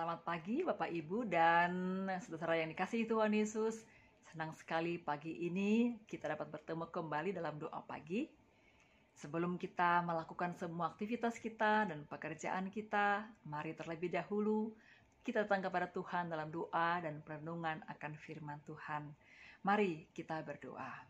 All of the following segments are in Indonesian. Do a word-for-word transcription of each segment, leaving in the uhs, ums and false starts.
Selamat pagi Bapak Ibu dan saudara yang dikasihi Tuhan Yesus. Senang sekali pagi ini kita dapat bertemu kembali dalam doa pagi. Sebelum kita melakukan semua aktivitas kita dan pekerjaan kita, mari terlebih dahulu kita datang kepada Tuhan dalam doa dan perenungan akan firman Tuhan. Mari kita berdoa.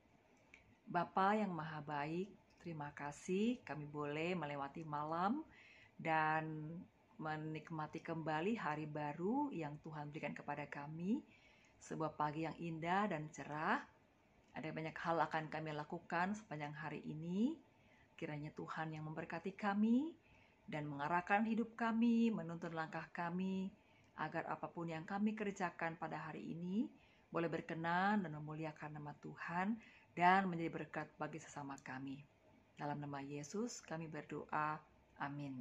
Bapa yang maha baik, terima kasih kami boleh melewati malam dan menikmati kembali hari baru yang Tuhan berikan kepada kami. Sebuah pagi yang indah dan cerah. Ada banyak hal akan kami lakukan sepanjang hari ini. Kiranya Tuhan yang memberkati kami dan mengarahkan hidup kami, menuntun langkah kami, agar apapun yang kami kerjakan pada hari ini boleh berkenan dan memuliakan nama Tuhan dan menjadi berkat bagi sesama kami. Dalam nama Yesus kami berdoa. Amin.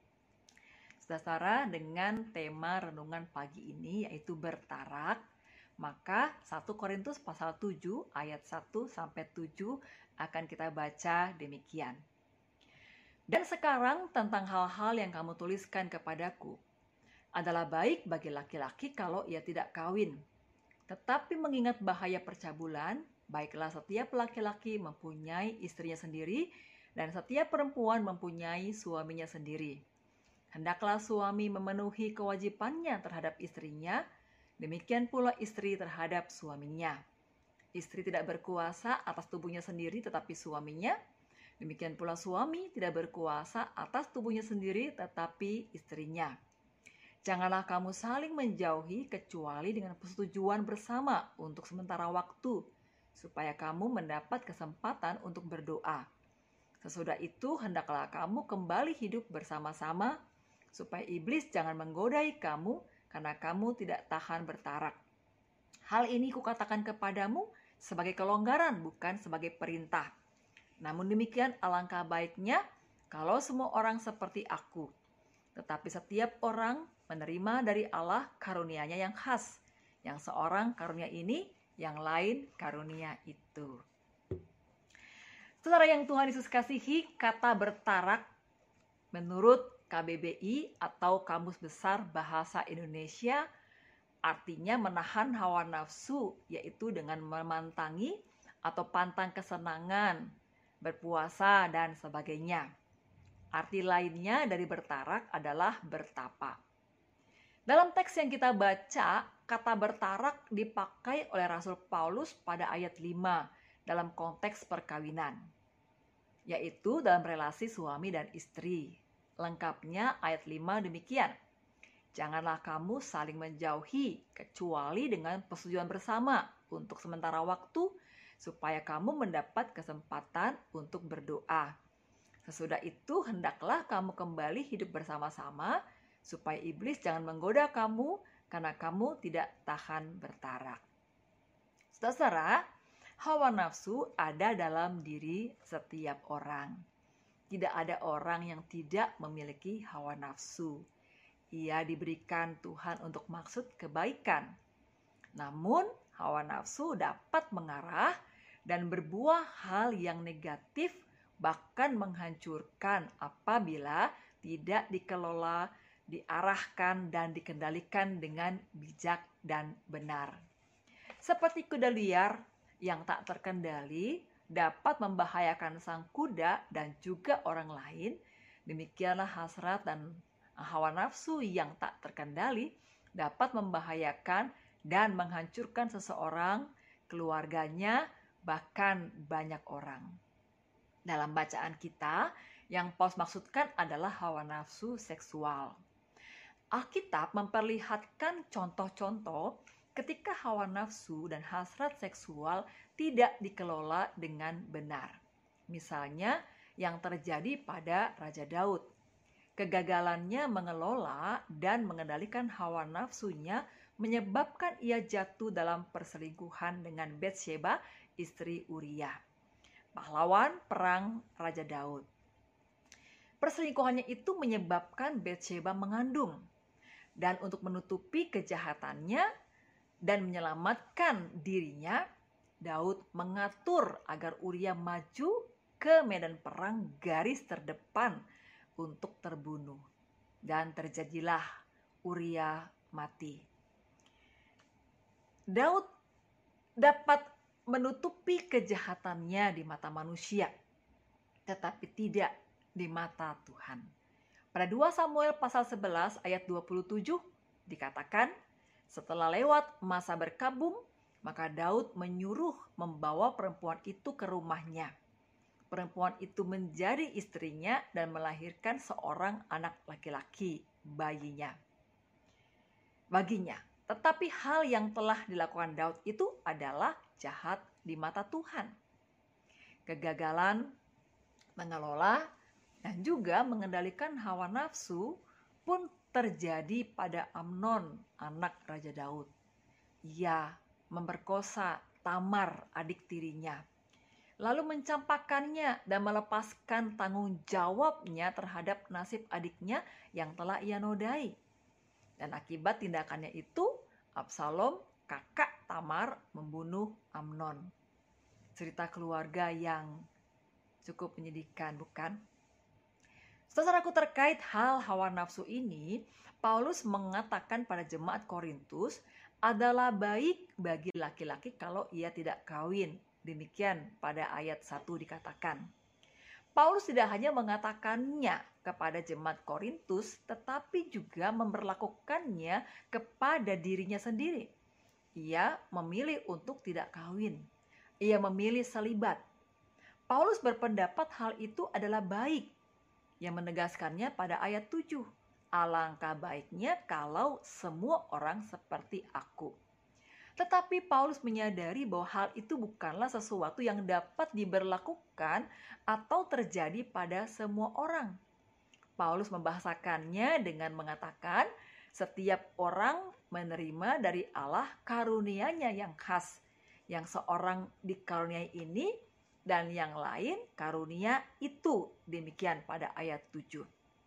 Saudara, dengan tema renungan pagi ini yaitu bertarak, maka satu Korintus pasal tujuh ayat satu sampai tujuh akan kita baca demikian. Dan sekarang tentang hal-hal yang kamu tuliskan kepadaku, adalah baik bagi laki-laki kalau ia tidak kawin. Tetapi mengingat bahaya percabulan, baiklah setiap laki-laki mempunyai istrinya sendiri dan setiap perempuan mempunyai suaminya sendiri. Hendaklah suami memenuhi kewajibannya terhadap istrinya, demikian pula istri terhadap suaminya. Istri tidak berkuasa atas tubuhnya sendiri tetapi suaminya, demikian pula suami tidak berkuasa atas tubuhnya sendiri tetapi istrinya. Janganlah kamu saling menjauhi kecuali dengan persetujuan bersama untuk sementara waktu, supaya kamu mendapat kesempatan untuk berdoa. Sesudah itu hendaklah kamu kembali hidup bersama-sama, supaya iblis jangan menggodai kamu karena kamu tidak tahan bertarak. Hal ini kukatakan kepadamu sebagai kelonggaran, bukan sebagai perintah. Namun demikian alangkah baiknya kalau semua orang seperti aku. Tetapi setiap orang menerima dari Allah karunia-Nya yang khas. Yang seorang karunia ini, yang lain karunia itu. Saudara yang Tuhan Yesus kasihi, kata bertarak menurut K B B I atau Kamus Besar Bahasa Indonesia artinya menahan hawa nafsu, yaitu dengan memantangi atau pantang kesenangan, berpuasa, dan sebagainya. Arti lainnya dari bertarak adalah bertapa. Dalam teks yang kita baca, kata bertarak dipakai oleh Rasul Paulus pada ayat lima dalam konteks perkawinan, yaitu dalam relasi suami dan istri. Lengkapnya ayat lima demikian. Janganlah kamu saling menjauhi kecuali dengan persetujuan bersama untuk sementara waktu supaya kamu mendapat kesempatan untuk berdoa. Sesudah itu hendaklah kamu kembali hidup bersama-sama supaya iblis jangan menggoda kamu karena kamu tidak tahan bertarak. Saudara, hawa nafsu ada dalam diri setiap orang. Tidak ada orang yang tidak memiliki hawa nafsu. Ia diberikan Tuhan untuk maksud kebaikan. Namun, hawa nafsu dapat mengarah dan berbuah hal yang negatif, bahkan menghancurkan apabila tidak dikelola, diarahkan, dan dikendalikan dengan bijak dan benar. Seperti kuda liar yang tak terkendali, dapat membahayakan sang kuda dan juga orang lain. Demikianlah hasrat dan hawa nafsu yang tak terkendali dapat membahayakan dan menghancurkan seseorang, keluarganya, bahkan banyak orang. Dalam bacaan kita, yang Paulus maksudkan adalah hawa nafsu seksual. Alkitab memperlihatkan contoh-contoh ketika hawa nafsu dan hasrat seksual tidak dikelola dengan benar. Misalnya yang terjadi pada Raja Daud. Kegagalannya mengelola dan mengendalikan hawa nafsunya menyebabkan ia jatuh dalam perselingkuhan dengan Batsheba, istri Uria, pahlawan perang Raja Daud. Perselingkuhannya itu menyebabkan Batsheba mengandung. Dan untuk menutupi kejahatannya dan menyelamatkan dirinya, Daud mengatur agar Uria maju ke medan perang garis terdepan untuk terbunuh. Dan terjadilah Uria mati. Daud dapat menutupi kejahatannya di mata manusia, tetapi tidak di mata Tuhan. Pada dua Samuel pasal sebelas ayat dua puluh tujuh dikatakan, setelah lewat masa berkabung, maka Daud menyuruh membawa perempuan itu ke rumahnya. Perempuan itu menjadi istrinya dan melahirkan seorang anak laki-laki, bayinya. Baginya, tetapi hal yang telah dilakukan Daud itu adalah jahat di mata Tuhan. Kegagalan mengelola dan juga mengendalikan hawa nafsu pun terjadi pada Amnon, anak Raja Daud. Ia memperkosa Tamar, adik tirinya, lalu mencampakkannya dan melepaskan tanggung jawabnya terhadap nasib adiknya yang telah ia nodai. Dan akibat tindakannya itu, Absalom, kakak Tamar, membunuh Amnon. Cerita keluarga yang cukup menyedihkan, bukan? Saudaraku, terkait hal hawa nafsu ini, Paulus mengatakan pada jemaat Korintus adalah baik bagi laki-laki kalau ia tidak kawin. Demikian pada ayat satu dikatakan. Paulus tidak hanya mengatakannya kepada jemaat Korintus, tetapi juga memperlakukannya kepada dirinya sendiri. Ia memilih untuk tidak kawin. Ia memilih selibat. Paulus berpendapat hal itu adalah baik. Yang menegaskannya pada ayat tujuh. Alangkah baiknya kalau semua orang seperti aku. Tetapi Paulus menyadari bahwa hal itu bukanlah sesuatu yang dapat diberlakukan atau terjadi pada semua orang. Paulus membahasakannya dengan mengatakan, setiap orang menerima dari Allah karunia-Nya yang khas, yang seorang dikaruniai ini dan yang lain karunia itu. Demikian pada ayat tujuh.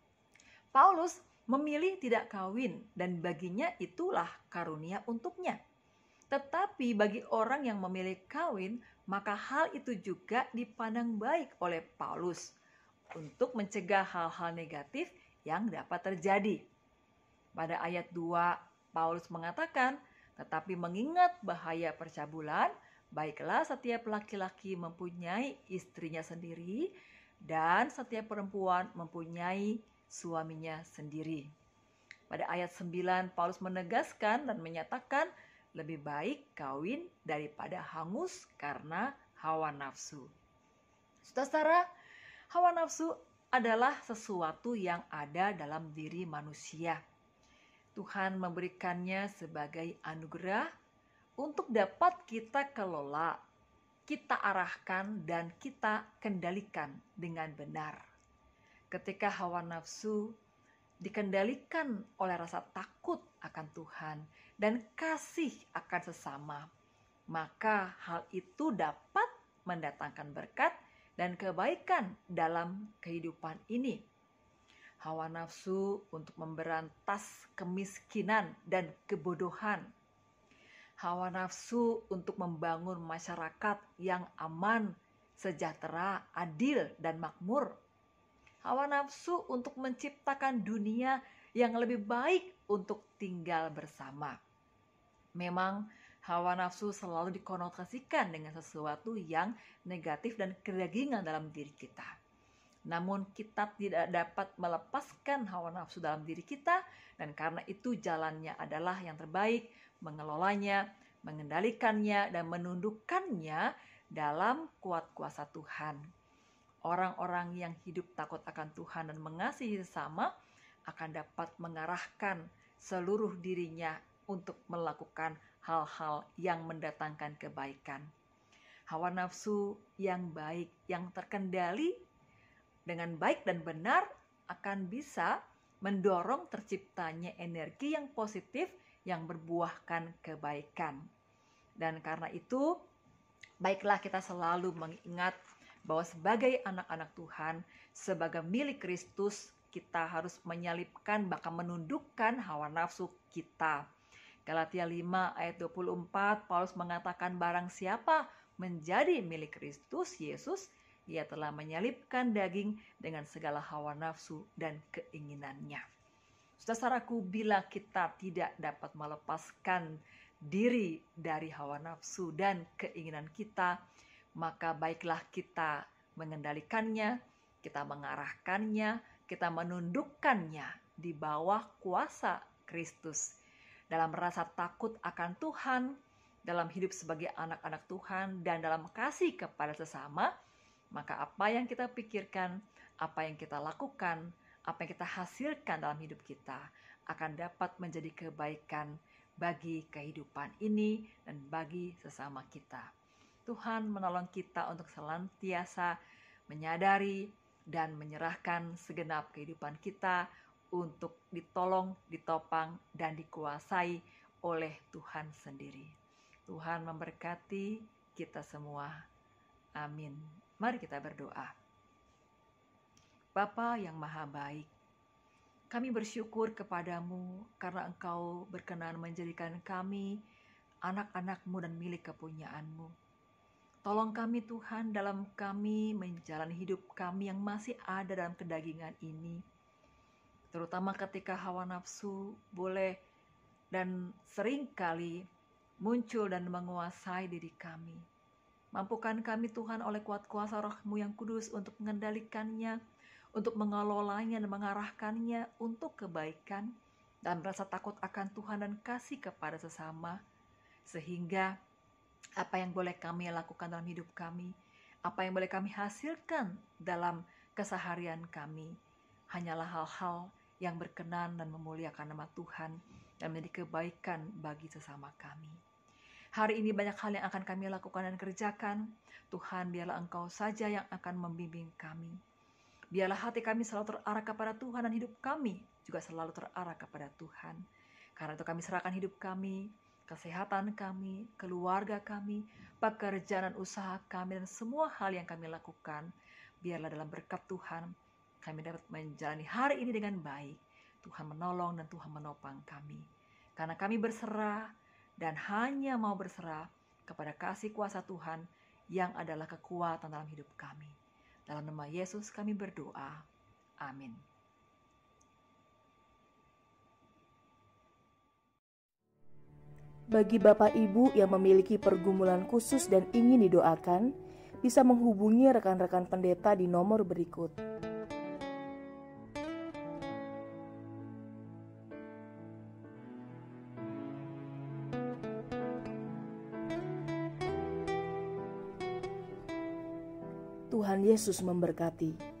Paulus memilih tidak kawin dan baginya itulah karunia untuknya. Tetapi bagi orang yang memilih kawin, maka hal itu juga dipandang baik oleh Paulus untuk mencegah hal-hal negatif yang dapat terjadi. Pada ayat dua, Paulus mengatakan, tetapi mengingat bahaya percabulan, baiklah setiap laki-laki mempunyai istrinya sendiri dan setiap perempuan mempunyai suaminya sendiri. Pada ayat sembilan, Paulus menegaskan dan menyatakan, lebih baik kawin daripada hangus karena hawa nafsu. Saudara, hawa nafsu adalah sesuatu yang ada dalam diri manusia. Tuhan memberikannya sebagai anugerah untuk dapat kita kelola, kita arahkan, dan kita kendalikan dengan benar. Ketika hawa nafsu dikendalikan oleh rasa takut akan Tuhan dan kasih akan sesama, maka hal itu dapat mendatangkan berkat dan kebaikan dalam kehidupan ini. Hawa nafsu untuk memberantas kemiskinan dan kebodohan. Hawa nafsu untuk membangun masyarakat yang aman, sejahtera, adil, dan makmur. Hawa nafsu untuk menciptakan dunia yang lebih baik untuk tinggal bersama. Memang hawa nafsu selalu dikonotasikan dengan sesuatu yang negatif dan kedagingan dalam diri kita. Namun kita tidak dapat melepaskan hawa nafsu dalam diri kita, dan karena itu jalannya adalah yang terbaik, mengelolanya, mengendalikannya, dan menundukkannya dalam kuat kuasa Tuhan. Orang-orang yang hidup takut akan Tuhan dan mengasihi sesama akan dapat mengarahkan seluruh dirinya untuk melakukan hal-hal yang mendatangkan kebaikan. Hawa nafsu yang baik, yang terkendali dengan baik dan benar akan bisa mendorong terciptanya energi yang positif yang berbuahkan kebaikan. Dan karena itu, baiklah kita selalu mengingat bahwa sebagai anak-anak Tuhan, sebagai milik Kristus, kita harus menyalipkan bahkan menundukkan hawa nafsu kita. Galatia lima ayat dua puluh empat, Paulus mengatakan barang siapa menjadi milik Kristus Yesus, ia telah menyalipkan daging dengan segala hawa nafsu dan keinginannya. Saudaraku, bila kita tidak dapat melepaskan diri dari hawa nafsu dan keinginan kita, maka baiklah kita mengendalikannya, kita mengarahkannya, kita menundukkannya di bawah kuasa Kristus. Dalam rasa takut akan Tuhan, dalam hidup sebagai anak-anak Tuhan, dan dalam kasih kepada sesama, maka apa yang kita pikirkan, apa yang kita lakukan, apa yang kita hasilkan dalam hidup kita akan dapat menjadi kebaikan bagi kehidupan ini dan bagi sesama kita. Tuhan menolong kita untuk senantiasa menyadari dan menyerahkan segenap kehidupan kita untuk ditolong, ditopang, dan dikuasai oleh Tuhan sendiri. Tuhan memberkati kita semua. Amin. Mari kita berdoa. Bapa yang maha baik, kami bersyukur kepadamu karena Engkau berkenan menjadikan kami anak-anak-Mu dan milik kepunyaanmu. Tolong kami Tuhan dalam kami menjalani hidup kami yang masih ada dalam kedagingan ini. Terutama ketika hawa nafsu boleh dan seringkali muncul dan menguasai diri kami. Mampukan kami Tuhan oleh kuat kuasa Roh-Mu yang kudus untuk mengendalikannya, untuk mengelolanya dan mengarahkannya untuk kebaikan dan rasa takut akan Tuhan dan kasih kepada sesama. Sehingga apa yang boleh kami lakukan dalam hidup kami, apa yang boleh kami hasilkan dalam keseharian kami, hanyalah hal-hal yang berkenan dan memuliakan nama Tuhan dan menjadi kebaikan bagi sesama kami. Hari ini banyak hal yang akan kami lakukan dan kerjakan. Tuhan, biarlah Engkau saja yang akan membimbing kami. Biarlah hati kami selalu terarah kepada Tuhan dan hidup kami juga selalu terarah kepada Tuhan. Karena itu kami serahkan hidup kami, kesehatan kami, keluarga kami, pekerjaan dan usaha kami, dan semua hal yang kami lakukan. Biarlah dalam berkat Tuhan kami dapat menjalani hari ini dengan baik. Tuhan menolong dan Tuhan menopang kami. Karena kami berserah dan hanya mau berserah kepada kasih kuasa Tuhan yang adalah kekuatan dalam hidup kami. Dalam nama Yesus kami berdoa. Amin. Bagi Bapak Ibu yang memiliki pergumulan khusus dan ingin didoakan, bisa menghubungi rekan-rekan pendeta di nomor berikut. Tuhan Yesus memberkati.